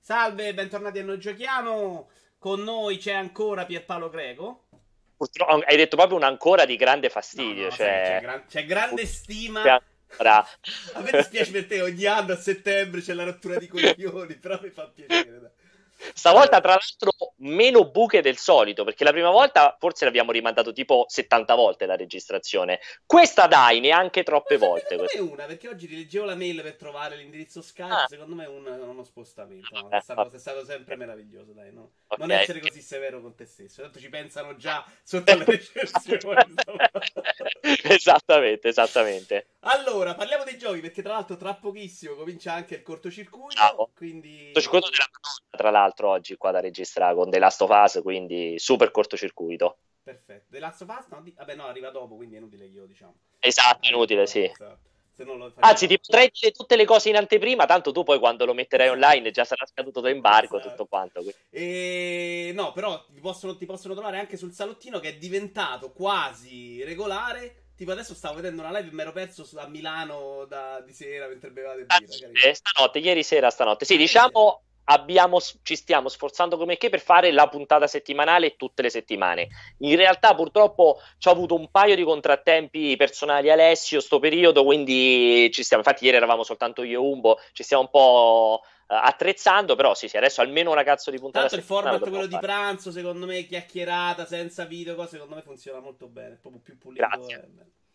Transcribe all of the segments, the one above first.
Salve, bentornati a Noi Giochiamo. Con noi c'è ancora Pierpaolo Greco. Purtroppo hai detto proprio un ancora di grande No, fastidio, no, sai che cioè c'è grande purtroppo stima. ancora. A me dispiace per te, ogni anno a settembre c'è la rottura di coglioni, però mi fa piacere. Dai. Stavolta, tra l'altro, meno buche del solito, perché la prima volta forse l'abbiamo rimandato tipo 70 volte la registrazione. Questa dai, neanche Ma troppe volte. secondo me è una, perché oggi rileggevo la mail per trovare l'indirizzo Skype, Ah, secondo me è uno spostamento. No? vabbè, È stato sempre meraviglioso, dai, no? ok. Non essere così severo con te stesso. Tanto ci pensano già sotto le recensioni. Insomma. Esattamente, esattamente. Allora, parliamo dei giochi perché tra l'altro tra pochissimo comincia anche il cortocircuito, Bravo. Cortocircuito quindi della Madonna, tra l'altro, oggi qua da registrare con The Last of Us, quindi super cortocircuito. perfetto. The Last of Us? No, vabbè no, arriva dopo, quindi è inutile che io diciamo. Esatto, inutile, sì. Esatto. Se no lo Anzi, facciamo. ti potrei dire tutte le cose in anteprima, tanto tu poi quando lo metterai online già sarà scaduto l'embargo, tutto Esatto. quanto. E no, però ti possono trovare anche sul salottino che è diventato quasi regolare. Tipo adesso stavo vedendo una live e mi ero perso a Milano di sera mentre bevate birra, carino. Stanotte, ieri sera, stanotte. Sì, Ah, ieri sera. diciamo, ci stiamo sforzando come che per fare la puntata settimanale tutte le settimane. In realtà, purtroppo, ci ha avuto un paio di contrattempi personali Alessio, sto periodo, quindi ci stiamo. Infatti, ieri eravamo soltanto io e Umbo, ci stiamo un po' attrezzando, però sì, sì, adesso almeno una cazzo di puntata a Tanto il settimana lo format dobbiamo quello di fare. pranzo, secondo me, chiacchierata, senza video, cose, secondo me funziona molto bene. È proprio più pulito. Grazie.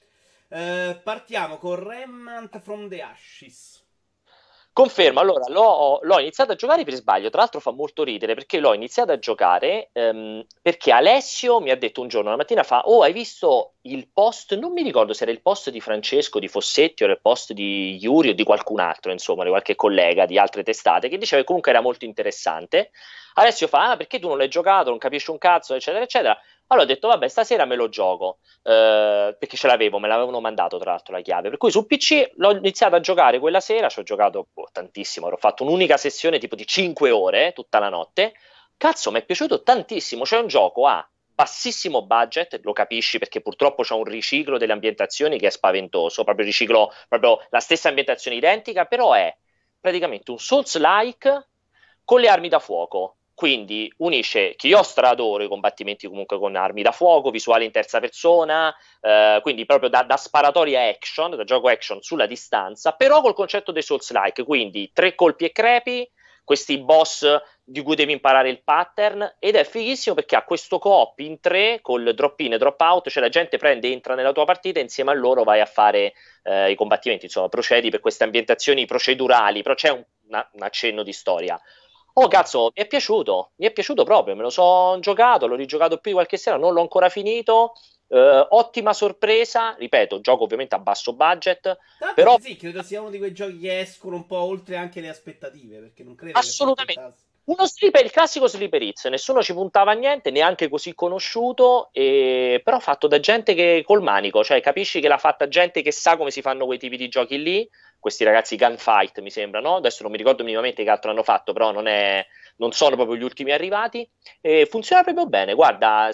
Partiamo con Remnant from the Ashes. Confermo, Vai. allora l'ho iniziato a giocare per sbaglio, tra l'altro fa molto ridere perché l'ho iniziato a giocare perché Alessio mi ha detto un giorno, una mattina fa, oh hai visto il post, non mi ricordo se era il post di Francesco, di Fossetti o era il post di Yuri o di qualcun altro, insomma, di qualche collega di altre testate, che diceva che comunque era molto interessante. Alessio fa, ah perché tu non l'hai giocato, non capisci un cazzo, eccetera, eccetera. Allora ho detto, vabbè, stasera me lo gioco perché ce l'avevo, me l'avevano mandato tra l'altro la chiave. Per cui su PC l'ho iniziato a giocare quella sera, ci ho giocato tantissimo, ho fatto un'unica sessione tipo di 5 ore tutta la notte. Cazzo, mi è piaciuto tantissimo. C'è un gioco a bassissimo budget, lo capisci perché purtroppo c'è un riciclo delle ambientazioni che è spaventoso, proprio riciclo, proprio la stessa ambientazione identica, però è praticamente un Souls-like con le armi da fuoco. Quindi unisce chi io stradoro i combattimenti comunque con armi da fuoco, visuale in terza persona, quindi proprio da sparatoria action, da gioco action sulla distanza, però col concetto dei Souls-like, quindi tre colpi e crepi, questi boss di cui devi imparare il pattern, ed è fighissimo perché ha questo co-op in tre col drop in e drop out, cioè la gente prende e entra nella tua partita e insieme a loro vai a fare i combattimenti, insomma procedi per queste ambientazioni procedurali, però c'è un accenno di storia. Oh cazzo, mi è piaciuto proprio, me lo so giocato, l'ho rigiocato più di qualche sera, non l'ho ancora finito. Ottima sorpresa, ripeto, gioco ovviamente a basso budget, Tra l'altro, però sì, credo sia uno di quei giochi che escono un po' oltre anche le aspettative, perché non credo che si assolutamente. aspettasse. Uno sleeper, il classico sleeper hits, nessuno ci puntava a niente, neanche così conosciuto, però fatto da gente che col manico, cioè capisci che l'ha fatta gente che sa come si fanno quei tipi di giochi lì, questi ragazzi Gunfight mi sembra, no? Adesso non mi ricordo minimamente che altro hanno fatto, però non sono proprio gli ultimi arrivati, e funziona proprio bene, guarda,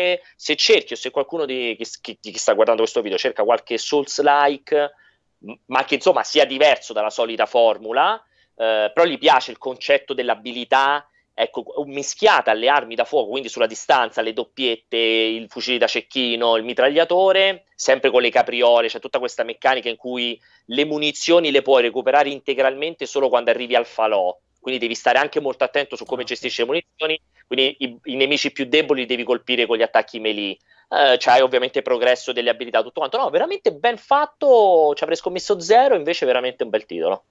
se cerchi o se qualcuno di chi sta guardando questo video cerca qualche Souls-like, ma che insomma sia diverso dalla solita formula, però gli piace il concetto dell'abilità, ecco, mischiata alle armi da fuoco, quindi sulla distanza, le doppiette, il fucile da cecchino, il mitragliatore, sempre con le capriole, c'è tutta questa meccanica in cui le munizioni le puoi recuperare integralmente solo quando arrivi al falò, quindi devi stare anche molto attento su come Ah, ok. gestisci le munizioni, quindi i nemici più deboli devi colpire con gli attacchi melee. C'hai ovviamente progresso delle abilità, tutto quanto. No, veramente ben fatto. Ci avrei scommesso zero, invece veramente un bel titolo.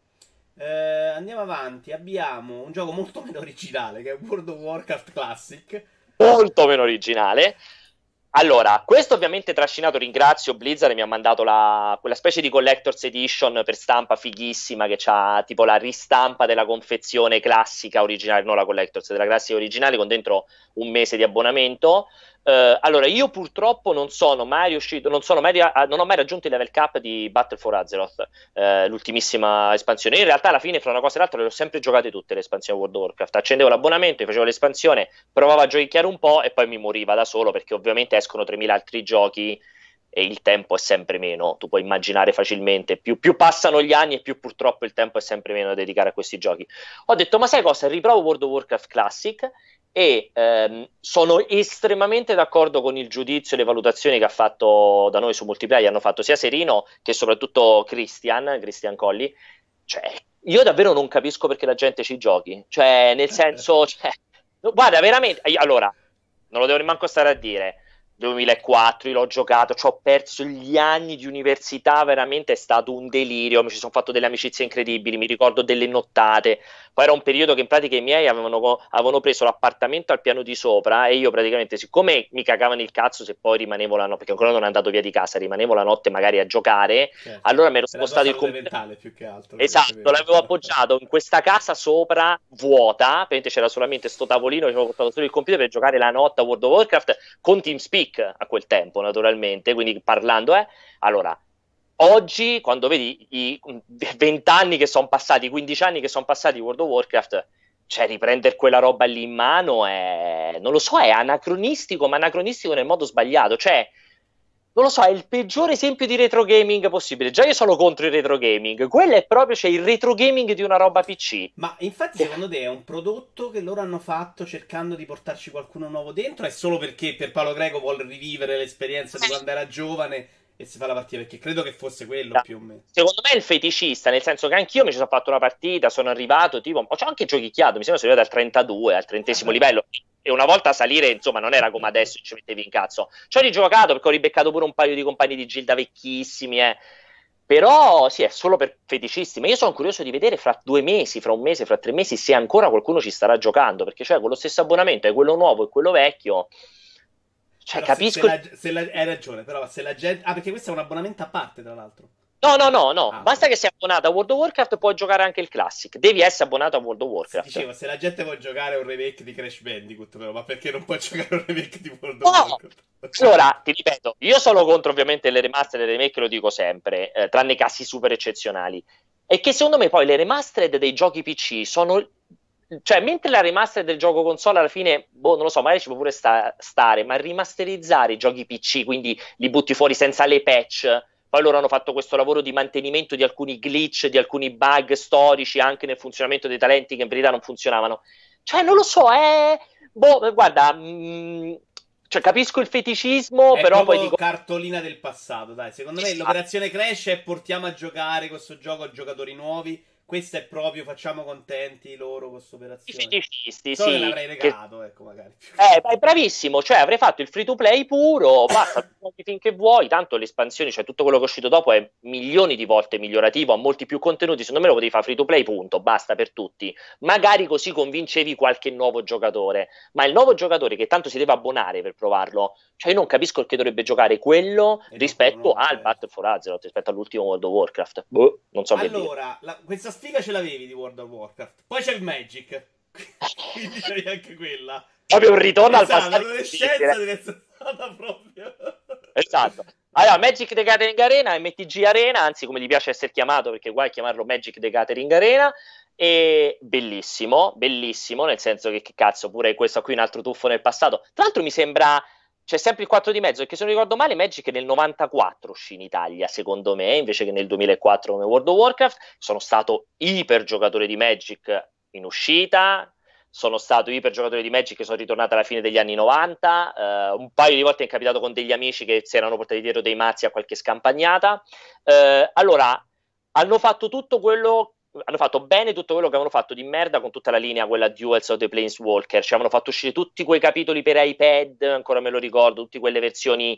Andiamo avanti. Abbiamo un gioco molto meno originale che è World of Warcraft Classic. Molto meno originale. Allora, questo ovviamente trascinato, ringrazio Blizzard, mi ha mandato quella specie di Collector's Edition per stampa fighissima che ha tipo la ristampa della confezione classica originale, non la Collector's, della classica originale con dentro un mese di abbonamento. Allora, io purtroppo non sono mai riuscito, non ho mai raggiunto il level cap di Battle for Azeroth, l'ultimissima espansione. In realtà alla fine, fra una cosa e l'altra, le ho sempre giocate tutte le espansioni World of Warcraft. Accendevo l'abbonamento, facevo l'espansione, provavo a giochicchiare un po' e poi mi moriva da solo perché ovviamente escono 3000 altri giochi e il tempo è sempre meno, tu puoi immaginare facilmente, più passano gli anni e più purtroppo il tempo è sempre meno da dedicare a questi giochi. Ho detto, ma sai cosa, riprovo World of Warcraft Classic e sono estremamente d'accordo con il giudizio e le valutazioni che ha fatto da noi su Multiplayer, hanno fatto sia Serino che soprattutto Christian Colli. Cioè, io davvero non capisco perché la gente ci giochi, cioè nel senso, cioè, guarda veramente, allora non lo devo neanche stare a dire, 2004 io l'ho giocato, ci ho perso gli anni di università, veramente è stato un delirio, mi ci sono fatto delle amicizie incredibili, mi ricordo delle nottate, poi era un periodo che in pratica i miei avevano preso l'appartamento al piano di sopra e io praticamente, siccome mi cagavano il cazzo se poi rimanevo la notte, perché ancora non ero andato via di casa, rimanevo la notte magari a giocare, Certo. allora mi ero Per la tua spostato il salute computer. mentale più che altro. Esatto, l'avevo appoggiato in questa casa sopra, vuota, praticamente c'era solamente sto tavolino, ci avevo portato solo il computer per giocare la notte a World of Warcraft con TeamSpeak a quel tempo, naturalmente, quindi parlando, allora, oggi, quando vedi i 20 anni che sono passati, 15 anni che sono passati di World of Warcraft, cioè riprendere quella roba lì in mano è, non lo so, è anacronistico, ma anacronistico nel modo sbagliato, cioè non lo so, è il peggiore esempio di retro gaming possibile. Già io sono contro il retro gaming. Quello è proprio, cioè, il retro gaming di una roba PC. Ma infatti, secondo te è un prodotto che loro hanno fatto cercando di portarci qualcuno nuovo dentro? È solo perché per Paolo Greco vuole rivivere l'esperienza di quando era giovane e si fa la partita? Perché credo che fosse quello più o meno. Secondo me è il feticista, nel senso che anch'io mi ci sono fatto una partita, sono arrivato, tipo, ho anche giochicchiato, mi sembra sono arrivato al 32, al 30° livello. E una volta a salire, insomma, non era come adesso, ci mettevi in cazzo. Ci ho rigiocato perché ho ribeccato pure un paio di compagni di Gilda vecchissimi, Però sì, è solo per feticisti. Ma io sono curioso di vedere fra 2 mesi, fra un mese, fra 3 mesi, se ancora qualcuno ci starà giocando. Perché cioè con lo stesso abbonamento è quello nuovo e quello vecchio. Cioè, Però capisco. hai ragione, però se la gente... Ah, perché questo è un abbonamento a parte, tra l'altro. No, no, no, no. Ah, Basta ok. che sei abbonato a World of Warcraft, puoi giocare anche il Classic. Devi essere abbonato a World of Warcraft. Dicevo, se la gente vuole giocare un remake di Crash Bandicoot, però, ma perché non può giocare un remake di World of No! Warcraft? Allora, ti ripeto, io sono contro ovviamente le remaster e le remake, lo dico sempre, tranne casi super eccezionali. E che secondo me poi le remastered dei giochi PC sono... Cioè, mentre la remastered del gioco console alla fine, boh, non lo so, magari ci può pure stare, ma rimasterizzare i giochi PC, quindi li butti fuori senza le patch, poi loro hanno fatto questo lavoro di mantenimento di alcuni glitch, di alcuni bug storici anche nel funzionamento dei talenti che in verità non funzionavano. Cioè, non lo so, boh, guarda, cioè, capisco il feticismo, È però poi proprio dico... cartolina del passato, dai. Secondo me l'operazione Crash è portiamo a giocare questo gioco a giocatori nuovi. Questa è proprio facciamo contenti loro con questa I operazione. feticisti, Solo che sì. l'avrei regalato, ecco, magari. È bravissimo, cioè avrei fatto il free to play puro, basta, giochi finché vuoi, tanto le espansioni, cioè tutto quello che è uscito dopo è milioni di volte migliorativo, ha molti più contenuti, secondo me lo potevi fare free to play, punto, basta per tutti. Magari così convincevi qualche nuovo giocatore, ma il nuovo giocatore che tanto si deve abbonare per provarlo, cioè io non capisco perché dovrebbe giocare quello E non quello rispetto nuovo, al certo. Battle for Azeroth, rispetto all'ultimo World of Warcraft. Boh, non so che dire. Allora, questa sfiga ce l'avevi di World of Warcraft. Poi c'è il Magic. Quindi c'hai anche quella. Proprio un ritorno al Esatto, passato. l'adolescenza deve essere stata proprio. Esatto. Allora, Magic the Gathering Arena, MTG Arena, anzi come gli piace essere chiamato, perché guai a chiamarlo Magic the Gathering Arena, e bellissimo, bellissimo, nel senso che cazzo, pure questo qui è un altro tuffo nel passato. Tra l'altro mi sembra, c'è sempre il 4 di mezzo, perché se non ricordo male Magic nel 94 uscì in Italia, secondo me, invece che nel 2004 come World of Warcraft. Sono stato iper giocatore di Magic in uscita, sono stato ipergiocatore di Magic che sono ritornato alla fine degli anni 90, un paio di volte è capitato con degli amici che si erano portati dietro dei mazzi a qualche scampagnata. Allora, hanno fatto tutto quello, hanno fatto bene tutto quello che avevano fatto di merda con tutta la linea, quella Duels of the Planeswalker, ci avevano fatto uscire tutti quei capitoli per iPad, ancora me lo ricordo, tutte quelle versioni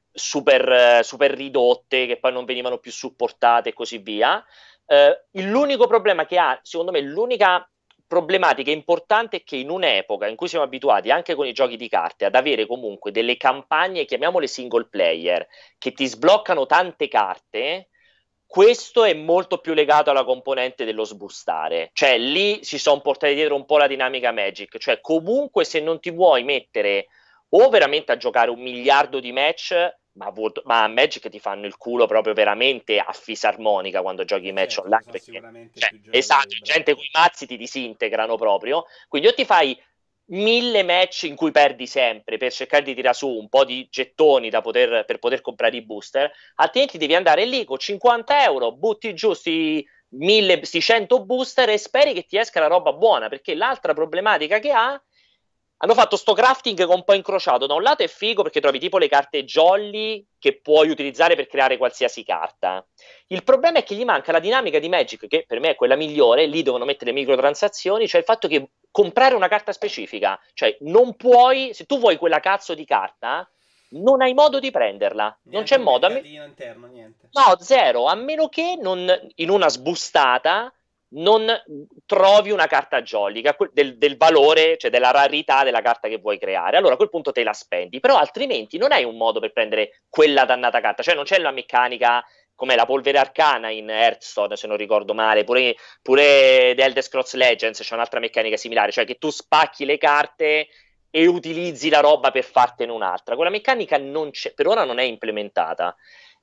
super ridotte che poi non venivano più supportate e così via. L'unico problema che ha, secondo me, l'unica problematica importante è che in un'epoca in cui siamo abituati anche con i giochi di carte ad avere comunque delle campagne, chiamiamole single player, che ti sbloccano tante carte, questo è molto più legato alla componente dello sbustare, cioè lì si sono portati dietro un po' la dinamica Magic, cioè comunque se non ti vuoi mettere o veramente a giocare 1 miliardo di match, ma a Magic ti fanno il culo proprio veramente a fisarmonica quando giochi i match Certo, online, sono perché sicuramente cioè, più esatto, giocatori bravi. gente con i mazzi ti disintegrano proprio, quindi o ti fai 1000 match in cui perdi sempre per cercare di tirare su un po' di gettoni per poter comprare i booster, altrimenti devi andare lì con 50 euro, butti giù sti 1000, sti 100 booster e speri che ti esca la roba buona, perché l'altra problematica che hanno fatto sto crafting che è un po' incrociato. Da un lato è figo perché trovi tipo le carte jolly che puoi utilizzare per creare qualsiasi carta. Il problema è che gli manca la dinamica di Magic, che per me è quella migliore. Lì devono mettere le microtransazioni, cioè il fatto che comprare una carta specifica, cioè non puoi, se tu vuoi quella cazzo di carta, non hai modo di prenderla. Non Neanche c'è un modo. mercatino interno, niente. No, zero, a meno che non, in una sbustata non trovi una carta giallica del valore, cioè della rarità della carta che vuoi creare. Allora a quel punto te la spendi, però altrimenti non hai un modo per prendere quella dannata carta, cioè non c'è la meccanica come la polvere arcana in Hearthstone, se non ricordo male, pure The Elder Scrolls Legends c'è un'altra meccanica similare, cioè che tu spacchi le carte e utilizzi la roba per fartene un'altra. Quella meccanica non c'è, per ora non è implementata.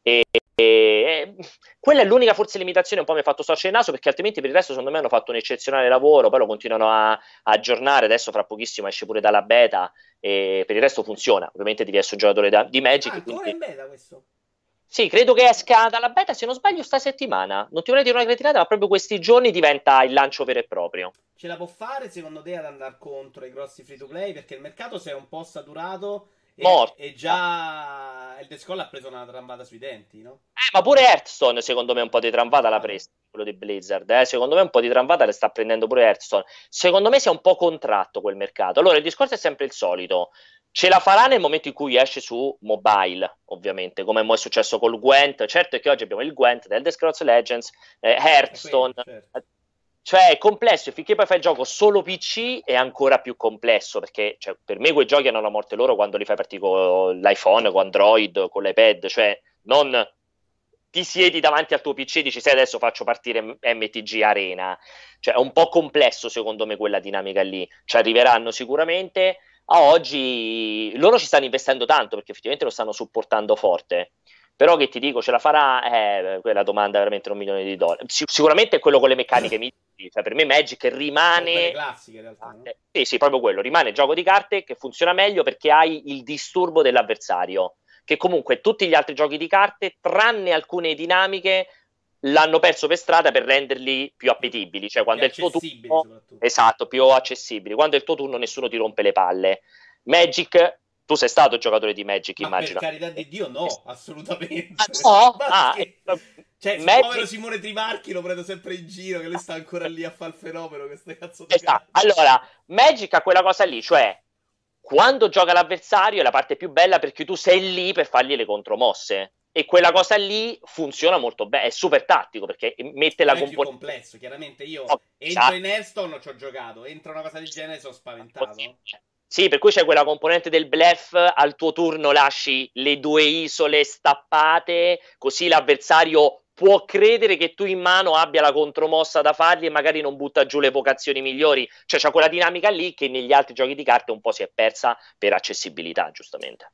E quella è l'unica forse limitazione un po' mi ha fatto storcere il naso, perché altrimenti per il resto secondo me hanno fatto un eccezionale lavoro, poi lo continuano a aggiornare, adesso fra pochissimo esce pure dalla beta e per il resto funziona. Ovviamente devi essere un giocatore di Ah, Magic, ancora quindi in beta questo? sì, credo che esca dalla beta, se non sbaglio sta settimana, non ti vorrei dire una cretinata, ma proprio questi giorni diventa il lancio vero e proprio. Ce la può fare secondo te ad andare contro i grossi free to play? Perché il mercato si è un po' saturato Morto. e già il Descolla ha preso una trambata sui denti, no? Ma pure Hearthstone secondo me un po' di tramvata l'ha Trovato? presa, quello di Blizzard, secondo me un po' di tramvata le sta prendendo pure Hearthstone. Secondo me si è un po' contratto quel mercato. Allora il discorso è sempre il solito, ce la farà nel momento in cui esce su mobile, ovviamente, come è successo col Gwent. Certo è che oggi abbiamo il Gwent del The Scrolls Legends, È quello, Hearthstone, certo. cioè è complesso, e finché poi fai il gioco solo PC è ancora più complesso, perché cioè, per me quei giochi hanno la morte loro quando li fai partire con l'iPhone, con Android, con l'iPad, cioè non ti siedi davanti al tuo PC e dici sai adesso faccio partire MTG Arena, cioè è un po' complesso secondo me quella dinamica lì, ci arriveranno sicuramente. A oggi loro ci stanno investendo tanto perché effettivamente lo stanno supportando forte, però che ti dico ce la farà, quella domanda è veramente $1 milione. Sicuramente è quello con le meccaniche migliori, cioè per me Magic Sono quelle rimane classiche in realtà, no? sì, sì, proprio quello, rimane gioco di carte che funziona meglio perché hai il disturbo dell'avversario, che comunque tutti gli altri giochi di carte, tranne alcune dinamiche, l'hanno perso per strada per renderli più appetibili, cioè Più quando è il tuo accessibili turno, soprattutto. esatto, più accessibili, quando è il tuo turno nessuno ti rompe le palle. Magic, tu sei stato giocatore di Magic, Ma per immagino. carità di Dio, no, Ah, assolutamente. no? Ma Ah, cioè, sul povero Magic. Simone Trimarchi lo prendo sempre in giro, che lui sta ancora lì a fare il fenomeno, queste cazzo di Esatto. carte. Allora, Magic ha quella cosa lì, cioè quando gioca l'avversario è la parte più bella perché tu sei lì per fargli le contromosse e quella cosa lì funziona molto bene, è super tattico perché mette Però la è più componente. complesso, chiaramente io Oh, entro esatto. in Hearthstone, non ci ho giocato, entra una cosa del genere, sono spaventato. Sì, per cui c'è quella componente del bluff, al tuo turno lasci le due isole stappate, così l'avversario può credere che tu in mano abbia la contromossa da fargli e magari non butta giù le vocazioni migliori. Cioè c'è quella dinamica lì che negli altri giochi di carte un po' si è persa per accessibilità, giustamente.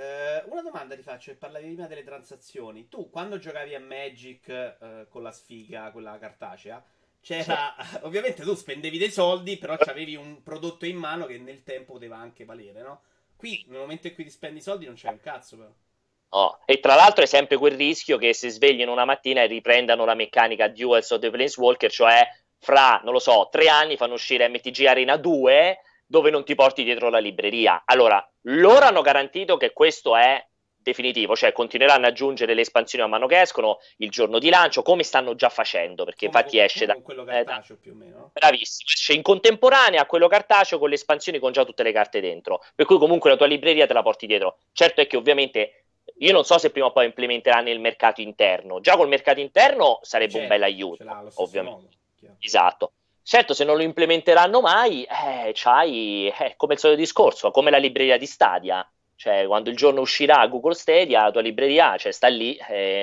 Una domanda ti faccio, e parlavi prima delle transazioni. Tu, quando giocavi a Magic con la sfiga, quella cartacea, Sì. c'era... Ovviamente tu spendevi dei soldi, però avevi un prodotto in mano che nel tempo poteva anche valere, no? Qui, nel momento in cui ti spendi i soldi, non c'è un cazzo, però. Oh. E tra l'altro è sempre quel rischio che si svegliano una mattina e riprendano la meccanica Duels of the Planeswalker, cioè fra, non lo so, 3 anni fanno uscire MTG Arena 2 dove non ti porti dietro la libreria. Allora, loro hanno garantito che questo è definitivo, cioè continueranno ad aggiungere le espansioni man mano che escono il giorno di lancio, come stanno già facendo, perché infatti esce Come da... con quello cartaceo, più o meno, no? Bravissimo, esce in contemporanea a quello cartaceo con le espansioni con già tutte le carte dentro, per cui comunque la tua libreria te la porti dietro. Certo è che ovviamente io non so se prima o poi implementeranno il mercato interno, già col mercato interno sarebbe un bel Certo, ce aiuto, l'ha allo stesso ovviamente. modo. Chiaro. Esatto. Certo, se non lo implementeranno mai, c'hai come il solito discorso, come la libreria di Stadia. Cioè, quando il giorno uscirà Google Stadia, la tua libreria, cioè, sta lì,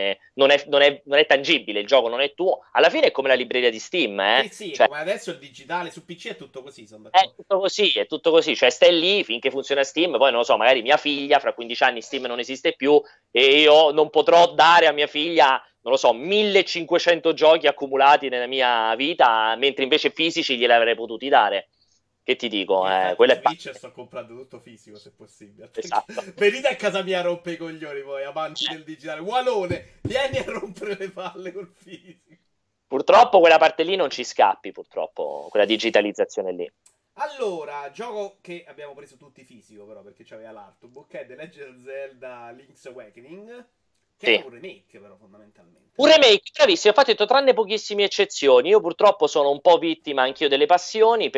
non è tangibile, il gioco non è tuo. Alla fine è come la libreria di Steam, Sì, sì, cioè, come adesso il digitale su PC è tutto così, sono è d'accordo. tutto così, è tutto così, cioè stai lì finché funziona Steam, poi non lo so, magari mia figlia fra 15 anni Steam non esiste più e io non potrò dare a mia figlia, non lo so, 1500 giochi accumulati nella mia vita, mentre invece fisici glieli avrei potuti dare. che ti dico, Io infatti quella è Switch sto comprando tutto fisico se possibile. esatto. Venite a casa mia a rompere i coglioni voi, amanti del digitale. Walone, vieni a rompere le palle col fisico. Purtroppo quella parte lì non ci scappi, purtroppo, quella digitalizzazione lì. Allora, gioco che abbiamo preso tutti fisico però perché c'aveva l'artbook è The Legend of Zelda Link's Awakening, che Sì. è un remake però fondamentalmente. Un remake, bravissimo, infatti ho detto tranne pochissime eccezioni, io purtroppo sono un po' vittima anch'io delle passioni,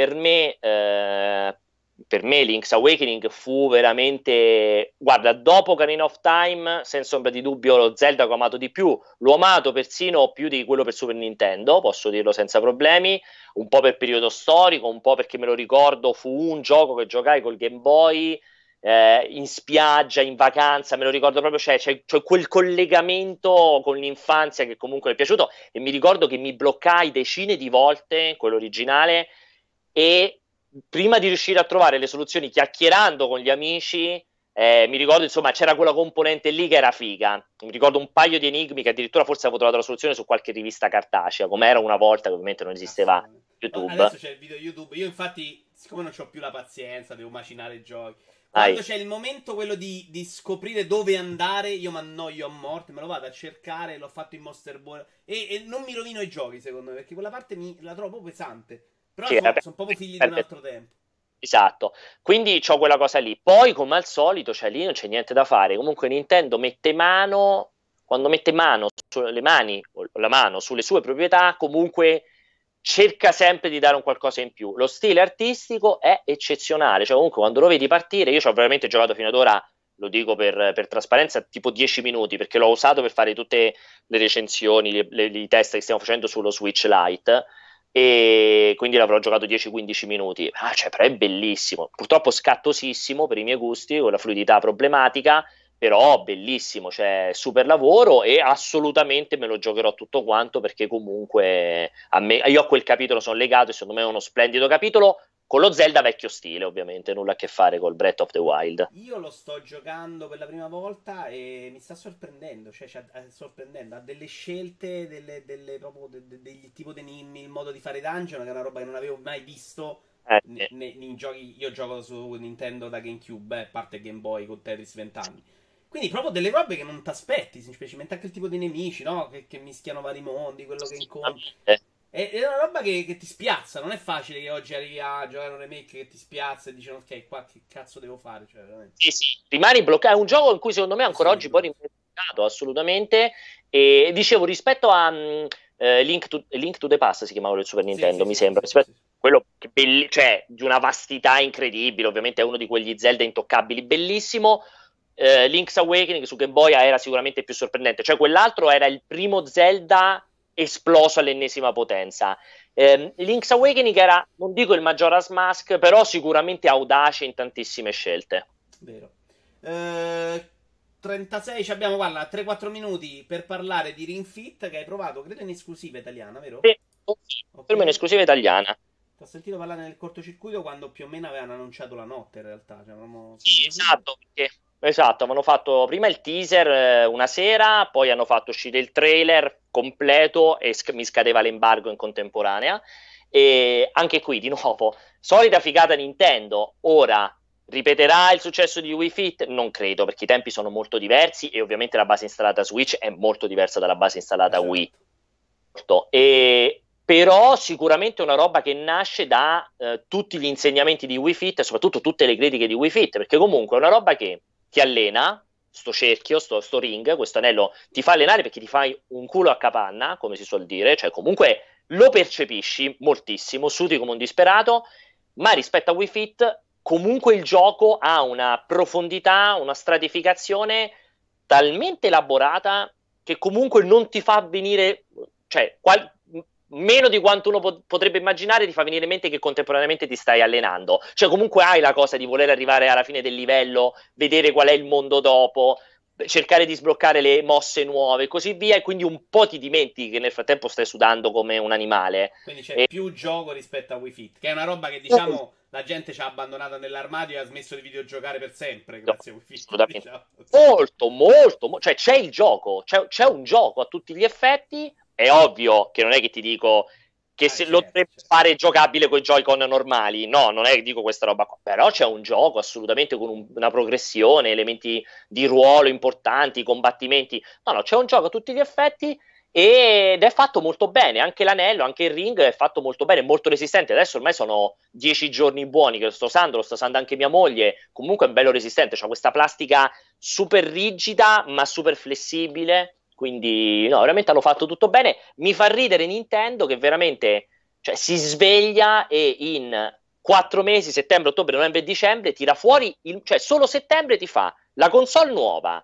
per me Link's Awakening fu veramente, guarda, dopo Ocarina of Time, senza ombra di dubbio lo Zelda che ho amato di più, l'ho amato persino più di quello per Super Nintendo, posso dirlo senza problemi, un po' per periodo storico, un po' perché me lo ricordo, fu un gioco che giocai col Game Boy, in spiaggia, in vacanza, me lo ricordo proprio, c'è quel collegamento con l'infanzia che comunque mi è piaciuto e mi ricordo che mi bloccai decine di volte, quello originale, e prima di riuscire a trovare le soluzioni chiacchierando con gli amici, mi ricordo insomma c'era quella componente lì che era figa, mi ricordo un paio di enigmi che addirittura forse avevo trovato la soluzione su qualche rivista cartacea, come era una volta che ovviamente non esisteva YouTube. Adesso c'è il video YouTube, io infatti siccome non ho più la pazienza, devo macinare i giochi. Quando c'è il momento quello di scoprire dove andare, io mi annoio a morte, me lo vado a cercare, l'ho fatto in Monster Boy e non mi rovino i giochi secondo me, perché quella parte la trovo proprio pesante. Però Sì, sono proprio figli di un altro tempo. esatto, quindi c'ho quella cosa lì. Poi, come al solito, cioè lì non c'è niente da fare. Comunque Nintendo mette mano, quando mette mano sulle mani, o la mano sulle sue proprietà, comunque cerca sempre di dare un qualcosa in più. Lo stile artistico è eccezionale, cioè comunque quando lo vedi partire, io ci ho veramente giocato fino ad ora, lo dico per trasparenza, tipo 10 minuti, perché l'ho usato per fare tutte le recensioni, i test che stiamo facendo sullo Switch Lite, e quindi l'avrò giocato 10-15 minuti. Cioè, però è bellissimo, purtroppo scattosissimo per i miei gusti, con la fluidità problematica, però bellissimo, cioè super lavoro e assolutamente me lo giocherò tutto quanto perché comunque io a quel capitolo sono legato e secondo me è uno splendido capitolo con lo Zelda vecchio stile, ovviamente nulla a che fare col Breath of the Wild. Io lo sto giocando per la prima volta e mi sta sorprendendo, cioè sorprendendo, ha delle scelte, proprio degli tipo di enigmi, il modo di fare dungeon, che è una roba che non avevo mai visto nei giochi. Io gioco su Nintendo da GameCube, a parte Game Boy con Tetris 20 anni. Quindi proprio delle robe che non ti aspetti, semplicemente anche il tipo di nemici, no? Che mischiano vari mondi, quello che incontri. È una roba che ti spiazza, non è facile che oggi arrivi a giocare un remake che ti spiazza e dici ok, qua che cazzo devo fare? Cioè, veramente. Sì, rimani bloccato, è un gioco in cui secondo me ancora oggi poi rimane bloccato, assolutamente, e dicevo rispetto a Link to the Past si chiamava il Super Nintendo, mi sembra, quello che cioè di una vastità incredibile, ovviamente è uno di quegli Zelda intoccabili, bellissimo. Link's Awakening su Game Boy era sicuramente più sorprendente, cioè quell'altro era il primo Zelda esploso all'ennesima potenza. Link's Awakening era, non dico il Majora's Mask, però sicuramente audace in tantissime scelte. Vero. 36 abbiamo, guarda, 3-4 minuti per parlare di Ring Fit che hai provato, credo in esclusiva italiana, vero? Sì, okay. Per me è un'esclusiva italiana. Ti ho sentito parlare nel cortocircuito quando più o meno avevano annunciato la notte in realtà. Cioè, sì, esatto, esatto, avevano fatto prima il teaser una sera, poi hanno fatto uscire il trailer completo e mi scadeva l'embargo in contemporanea. E anche qui, di nuovo, solita figata Nintendo. Ora, ripeterà il successo di Wii Fit? Non credo, perché i tempi sono molto diversi e ovviamente la base installata Switch è molto diversa dalla base installata Wii. Però sicuramente è una roba che nasce da tutti gli insegnamenti di Wii Fit e soprattutto tutte le critiche di Wii Fit, perché comunque è una roba che ti allena, sto cerchio, sto ring, questo anello ti fa allenare perché ti fai un culo a capanna, come si suol dire, cioè comunque lo percepisci moltissimo, sudi come un disperato, ma rispetto a Wii Fit comunque il gioco ha una profondità, una stratificazione talmente elaborata che comunque non ti fa venire, cioè meno di quanto uno potrebbe immaginare, ti fa venire in mente che contemporaneamente ti stai allenando, cioè comunque hai la cosa di voler arrivare alla fine del livello, vedere qual è il mondo dopo, cercare di sbloccare le mosse nuove e così via, e quindi un po' ti dimentichi che nel frattempo stai sudando come un animale. Quindi c'è più gioco rispetto a Wii Fit, che è una roba che diciamo la gente ci ha abbandonato nell'armadio e ha smesso di videogiocare per sempre grazie a Wii Fit. Diciamo. Molto, cioè c'è il gioco, c'è un gioco a tutti gli effetti. È ovvio che non è che ti dico che lo dovrebbe fare giocabile con i Joy-Con normali. No, non è che dico questa roba qua, però c'è un gioco assolutamente con una progressione, elementi di ruolo importanti, combattimenti. No, c'è un gioco a tutti gli effetti ed è fatto molto bene, anche l'anello, anche il ring è fatto molto bene, molto resistente. Adesso ormai sono 10 giorni buoni che lo sto usando anche mia moglie, comunque è bello resistente, c'ha questa plastica super rigida ma super flessibile, quindi no, veramente hanno fatto tutto bene. Mi fa ridere Nintendo che veramente, cioè, si sveglia e in 4 mesi, settembre, ottobre, novembre e dicembre, tira fuori, cioè solo settembre ti fa la console nuova,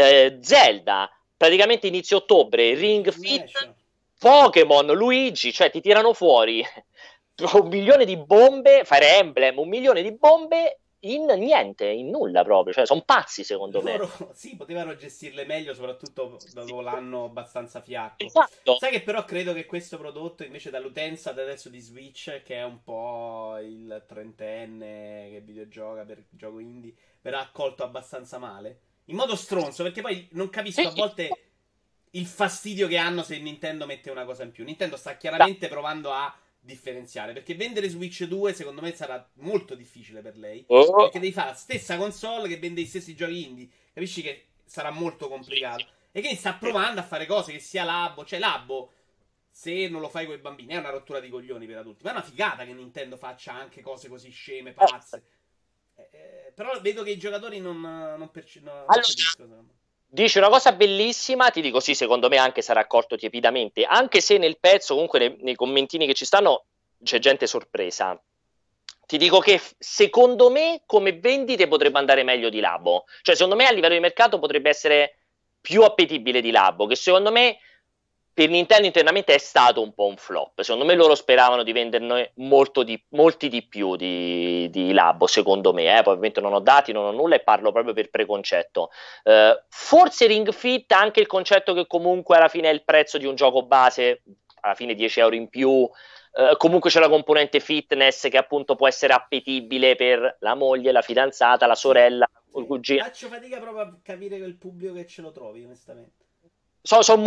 Zelda, praticamente inizio ottobre, Ring Fit, Pokémon, Luigi, cioè ti tirano fuori 1 milione di bombe, Fire Emblem, 1 milione di bombe in niente, in nulla proprio, cioè sono pazzi secondo me. Sì, potevano gestirle meglio, soprattutto dopo l'anno abbastanza fiacco. Esatto. Sai che però credo che questo prodotto invece dall'utenza adesso di Switch, che è un po' il trentenne che videogioca per gioco indie, verrà accolto abbastanza male. In modo stronzo, perché poi non capisco a volte il fastidio che hanno se Nintendo mette una cosa in più. Nintendo sta chiaramente provando a differenziare, perché vendere Switch 2 secondo me sarà molto difficile per lei, perché devi fare la stessa console che vende gli stessi giochi indie, capisci che sarà molto complicato, e quindi sta provando a fare cose che sia Labo, cioè Labo se non lo fai con i bambini è una rottura di coglioni per adulti, ma è una figata che Nintendo faccia anche cose così sceme, pazze. Però vedo che i giocatori non percepiscono. Dici una cosa bellissima, ti dico sì, secondo me anche sarà accolto tiepidamente, anche se nel pezzo, comunque nei commentini che ci stanno, c'è gente sorpresa. Ti dico che secondo me come vendite potrebbe andare meglio di Labo, cioè secondo me a livello di mercato potrebbe essere più appetibile di Labo, che secondo me per Nintendo internamente è stato un po' un flop. Secondo me loro speravano di venderne molti di più di Labo, secondo me. Poi ovviamente non ho dati, non ho nulla e parlo proprio per preconcetto. Forse Ring Fit ha anche il concetto che comunque alla fine è il prezzo di un gioco base, alla fine 10 euro in più. Comunque c'è la componente fitness che appunto può essere appetibile per la moglie, la fidanzata, la sorella, il cugino. Faccio fatica proprio a capire quel pubblico che ce lo trovi, onestamente. Sono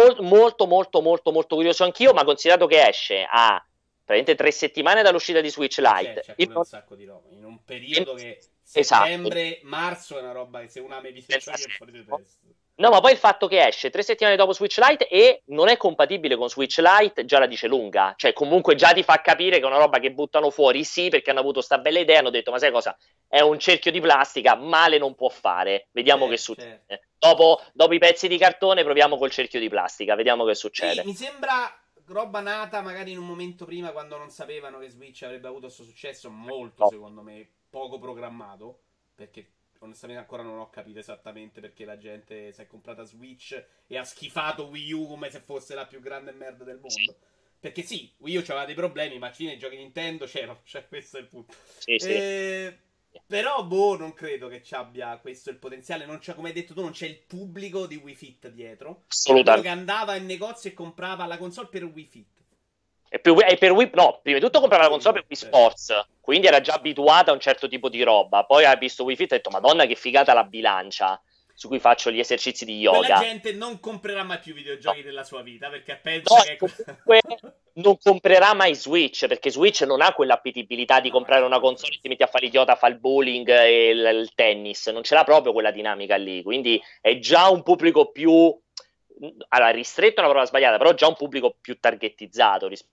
molto curioso anch'io, ma considerato che esce a praticamente 3 settimane dall'uscita di Switch Lite, c'è un sacco di roba in un periodo che settembre, marzo è una roba che se uno ama i videogiochi è fuori di testa. No, ma poi il fatto che esce 3 settimane dopo Switch Lite e non è compatibile con Switch Lite già la dice lunga, cioè comunque già ti fa capire che è una roba che buttano fuori, sì, perché hanno avuto sta bella idea, hanno detto ma sai cosa, è un cerchio di plastica, male non può fare, vediamo che succede. Dopo i pezzi di cartone proviamo col cerchio di plastica, vediamo che succede. Sì, mi sembra roba nata magari in un momento prima, quando non sapevano che Switch avrebbe avuto questo successo, molto secondo me poco programmato, perché onestamente ancora non ho capito esattamente perché la gente si è comprata Switch e ha schifato Wii U come se fosse la più grande merda del mondo. Perché sì, Wii U aveva dei problemi, ma alla fine i giochi Nintendo c'erano, cioè questo è il punto. Sì. Però non credo che ci abbia questo il potenziale, non c'è, come hai detto tu, non c'è il pubblico di Wii Fit dietro. Quello che andava in negozio e comprava la console per Wii Fit. E per Wii, no, prima di tutto comprava la console per Wii Sports, quindi era già abituata a un certo tipo di roba. Poi ha visto Wii Fit e ha detto, Madonna che figata la bilancia su cui faccio gli esercizi di yoga. La gente non comprerà mai più videogiochi nella sua vita, perché pensa che comunque non comprerà mai Switch, perché Switch non ha quell'appetibilità di comprare una console e ti metti a fare l'idiota, fa il bowling e il tennis, non ce l'ha proprio quella dinamica lì, quindi è già un pubblico più, allora ristretto è una parola sbagliata, però già un pubblico più targettizzato rispetto.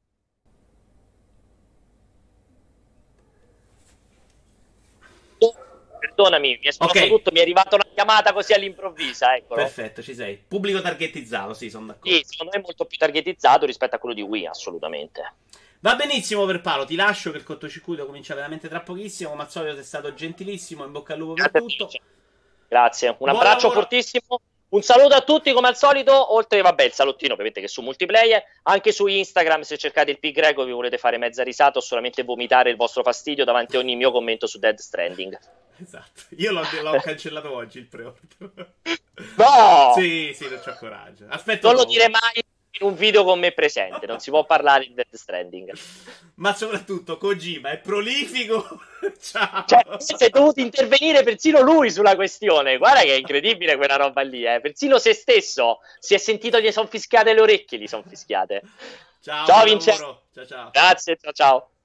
Perdonami, mi è esploso tutto, mi è arrivata una chiamata così all'improvvisa, eccolo. Perfetto, ci sei. Pubblico targetizzato, sì, sono d'accordo. Sì, secondo me è molto più targetizzato rispetto a quello di Wii, assolutamente. Va benissimo per Paolo, ti lascio che il cortocircuito comincia veramente tra pochissimo, come al solito sei stato gentilissimo, in bocca al lupo per tutto. Grazie, un abbraccio fortissimo. Un saluto a tutti come al solito, oltre vabbè il salottino ovviamente che su multiplayer, anche su Instagram se cercate il Pigrego vi volete fare mezza risata o solamente vomitare il vostro fastidio davanti a ogni mio commento su Death Stranding. Esatto, io l'ho cancellato oggi il pre-order. No! Sì, non c'ho coraggio. Aspetta, non lo dire mai in un video con me presente, non si può parlare di Death Stranding. Ma soprattutto Kojima è prolifico. Ciao. Cioè, è dovuto intervenire persino lui sulla questione. Guarda che è incredibile quella roba lì, Persino se stesso si è sentito, gli sono fischiate le orecchie, gli sono fischiate. Ciao, Ciao buon Vincenzo. lavoro. Ciao ciao. Grazie, ciao ciao.